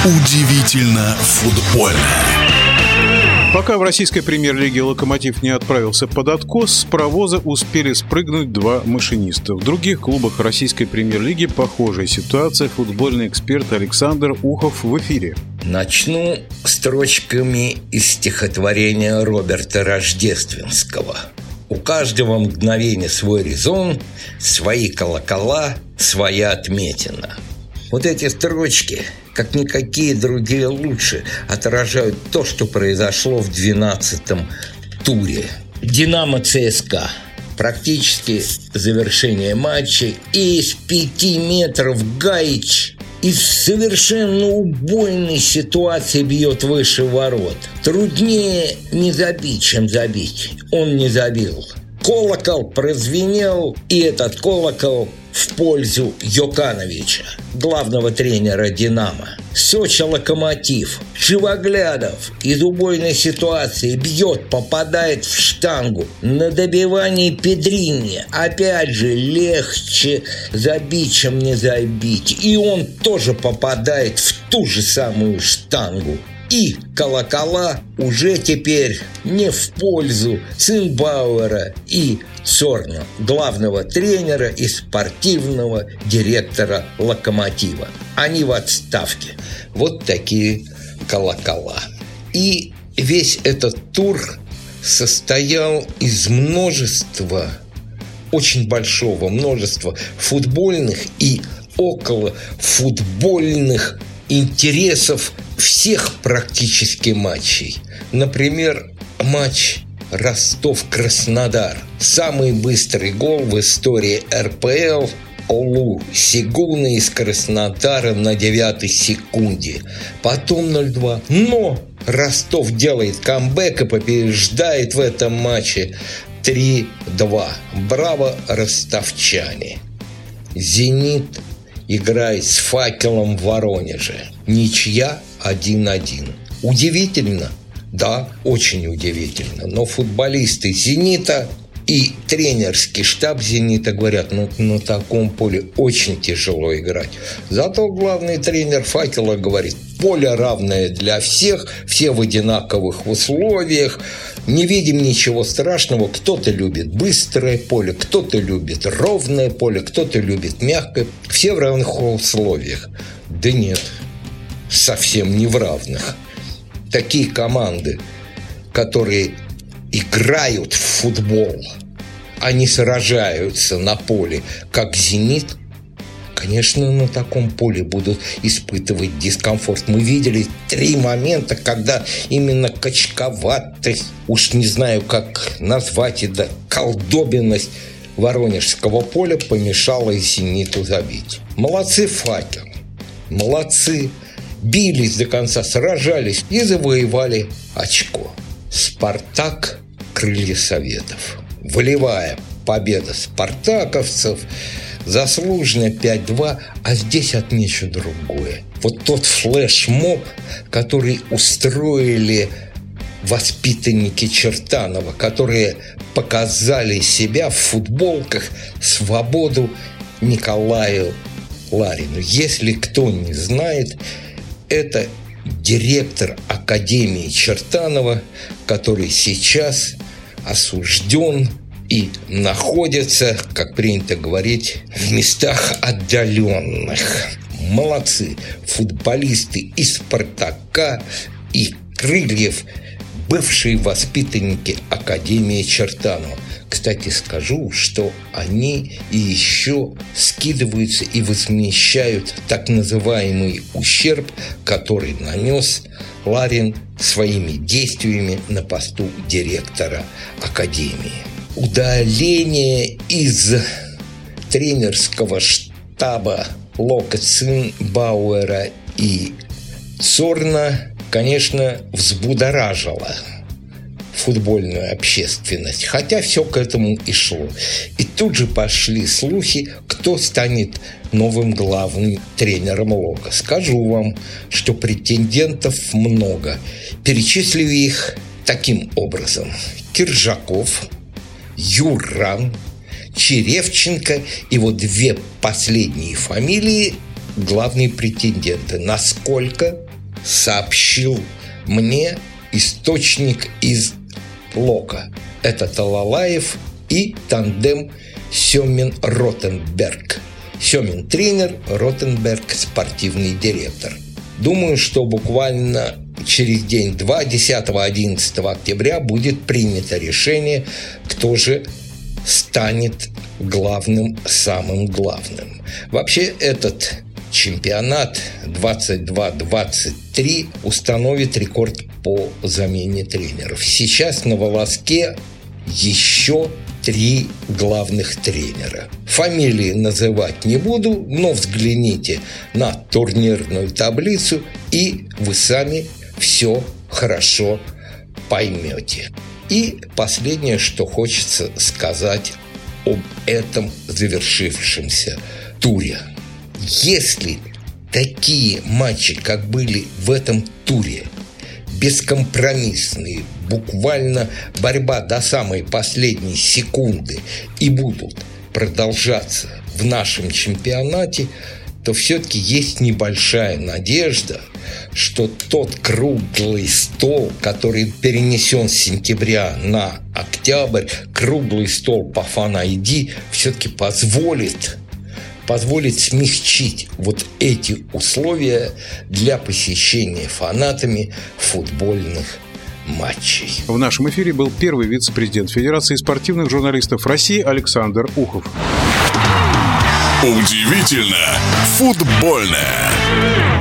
Удивительно футбольно. Пока в российской премьер-лиге «Локомотив» не отправился под откос, с паровоза успели спрыгнуть два машиниста. В других клубах российской премьер-лиги похожая ситуация. Футбольный эксперт Александр Ухов в эфире. Начну строчками из стихотворения Роберта Рождественского. У каждого мгновения свой резон, свои колокола, своя отметина. Вот эти строчки, как никакие другие, лучше отражают то, что произошло в 12-м туре. «Динамо» ЦСКА. Практически завершение матча. И из 5 метров Гаич из совершенно убойной ситуации бьет выше ворот. Труднее не забить, чем забить. Он не забил. Колокол прозвенел, и этот колокол в пользу Йокановича, главного тренера «Динамо». Сочи «Локомотив». Живоглядов из убойной ситуации бьет, попадает в штангу. На добивании Педрини. Опять же, легче забить, чем не забить. И он тоже попадает в ту же самую штангу. И колокола уже теперь не в пользу Цинбауэра и Цорна, главного тренера и спортивного директора «Локомотива». Они в отставке. Вот такие колокола. И весь этот тур состоял из множества, очень большого множества футбольных и околофутбольных интересов всех практически матчей. Например, матч Ростов-Краснодар. Самый быстрый гол в истории РПЛ. Олу Сигуна из Краснодара на 9-й секунде. Потом 0-2. Но Ростов делает камбэк и побеждает в этом матче 3-2. Браво, ростовчане. «Зенит» играет с «Факелом» в Воронеже. Ничья 1-1. Удивительно? Да, очень удивительно. Но футболисты «Зенита» и тренерский штаб «Зенита» говорят, на таком поле очень тяжело играть. Зато главный тренер «Факела» говорит, поле равное для всех, все в одинаковых условиях, не видим ничего страшного. Кто-то любит быстрое поле, кто-то любит ровное поле, кто-то любит мягкое. Все в равных условиях. Да нет, совсем не в равных. Такие команды, которые играют в футбол, они сражаются на поле, как «Зенит», конечно, на таком поле будут испытывать дискомфорт. Мы видели 3 момента, когда именно качковатость, уж не знаю, как назвать это, колдобинность воронежского поля помешала «Зениту» забить. Молодцы «Факел», молодцы. Бились до конца, сражались и завоевали очко. «Спартак» – крылья Советов. Волевая победа спартаковцев, заслуженно 5-2, а здесь отмечу другое. Вот тот флешмоб, который устроили воспитанники Чертанова, которые показали себя в футболках, свободу Николаю Ларину. Если кто не знает, это директор Академии Чертанова, который сейчас осужден и находится, как принято говорить, в местах отдаленных. Молодцы футболисты из «Спартака» и «Крыльев», бывшие воспитанники Академии Чертанова. Кстати, скажу, что они и еще скидываются и возмещают так называемый ущерб, который нанес Ларин своими действиями на посту директора Академии. Удаление из тренерского штаба Лока Цинбауэра и Цорна, конечно, взбудоражило футбольную общественность, хотя все к этому и шло. И тут же пошли слухи, кто станет новым главным тренером Лока. Скажу вам, что претендентов много. Перечислю их таким образом: Киржаков, Юран, Черевченко и вот 2 последние фамилии главные претенденты. Насколько? сообщил мне источник из Лока. Это Талалаев и тандем Семин-Ротенберг. Семин – тренер, Ротенберг – спортивный директор. Думаю, что буквально через день-два, 10-11 октября, будет принято решение, кто же станет главным, самым главным. Вообще, этот чемпионат 22-23 установит рекорд по замене тренеров. Сейчас на волоске еще 3 главных тренера. Фамилии называть не буду, но взгляните на турнирную таблицу, и вы сами все хорошо поймете. И последнее, что хочется сказать об этом завершившемся туре. Если такие матчи, как были в этом туре, бескомпромиссные, буквально борьба до самой последней секунды, и будут продолжаться в нашем чемпионате, то все-таки есть небольшая надежда, что тот круглый стол, который перенесен с сентября на октябрь, круглый стол по Fan-ID, все-таки позволит смягчить вот эти условия для посещения фанатами футбольных матчей. В нашем эфире был первый вице-президент Федерации спортивных журналистов России Александр Ухов. Удивительно футбольное.